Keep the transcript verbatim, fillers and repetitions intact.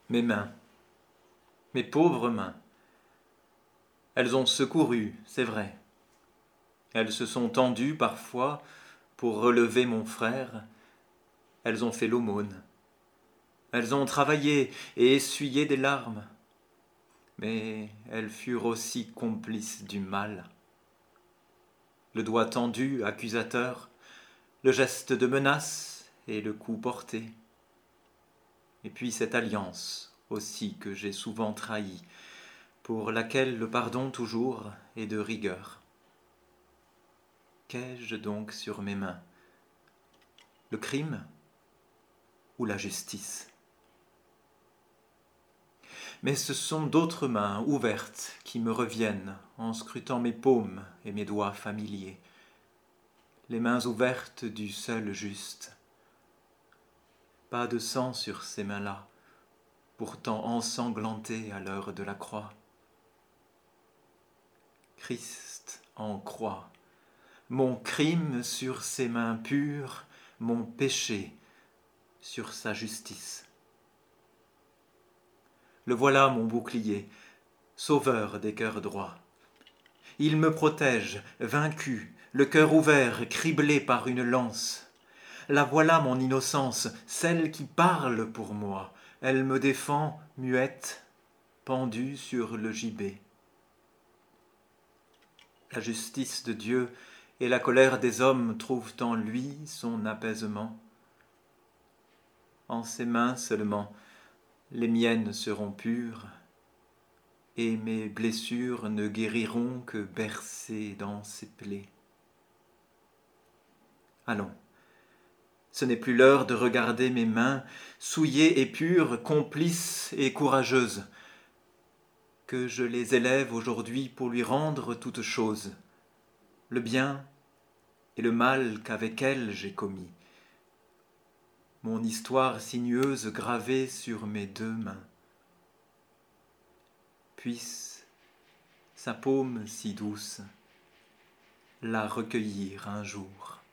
Mes mains, mes pauvres mains, elles ont secouru, c'est vrai. Elles se sont tendues parfois pour relever mon frère. Elles ont fait l'aumône. Elles ont travaillé et essuyé des larmes. Mais elles furent aussi complices du mal. Le doigt tendu, accusateur, le geste de menace et le coup porté. Et puis cette alliance aussi que j'ai souvent trahie, pour laquelle le pardon toujours est de rigueur. Qu'ai-je donc sur mes mains? Le crime ou la justice? Mais ce sont d'autres mains ouvertes qui me reviennent en scrutant mes paumes et mes doigts familiers, les mains ouvertes du seul juste. Pas de sang sur ces mains-là, pourtant ensanglantées à l'heure de la croix. Christ en croix, mon crime sur ses mains pures, mon péché sur sa justice. Le voilà mon bouclier, sauveur des cœurs droits. Il me protège, vaincu, le cœur ouvert, criblé par une lance. La voilà mon innocence, celle qui parle pour moi. Elle me défend, muette, pendue sur le gibet. La justice de Dieu et la colère des hommes trouvent en lui son apaisement. En ses mains seulement, les miennes seront pures, et mes blessures ne guériront que bercées dans ses plaies. Allons, ce n'est plus l'heure de regarder mes mains, souillées et pures, complices et courageuses, que je les élève aujourd'hui pour lui rendre toutes choses, le bien et le mal qu'avec elles j'ai commis, mon histoire sinueuse gravée sur mes deux mains. Puisse sa paume si douce la recueillir un jour.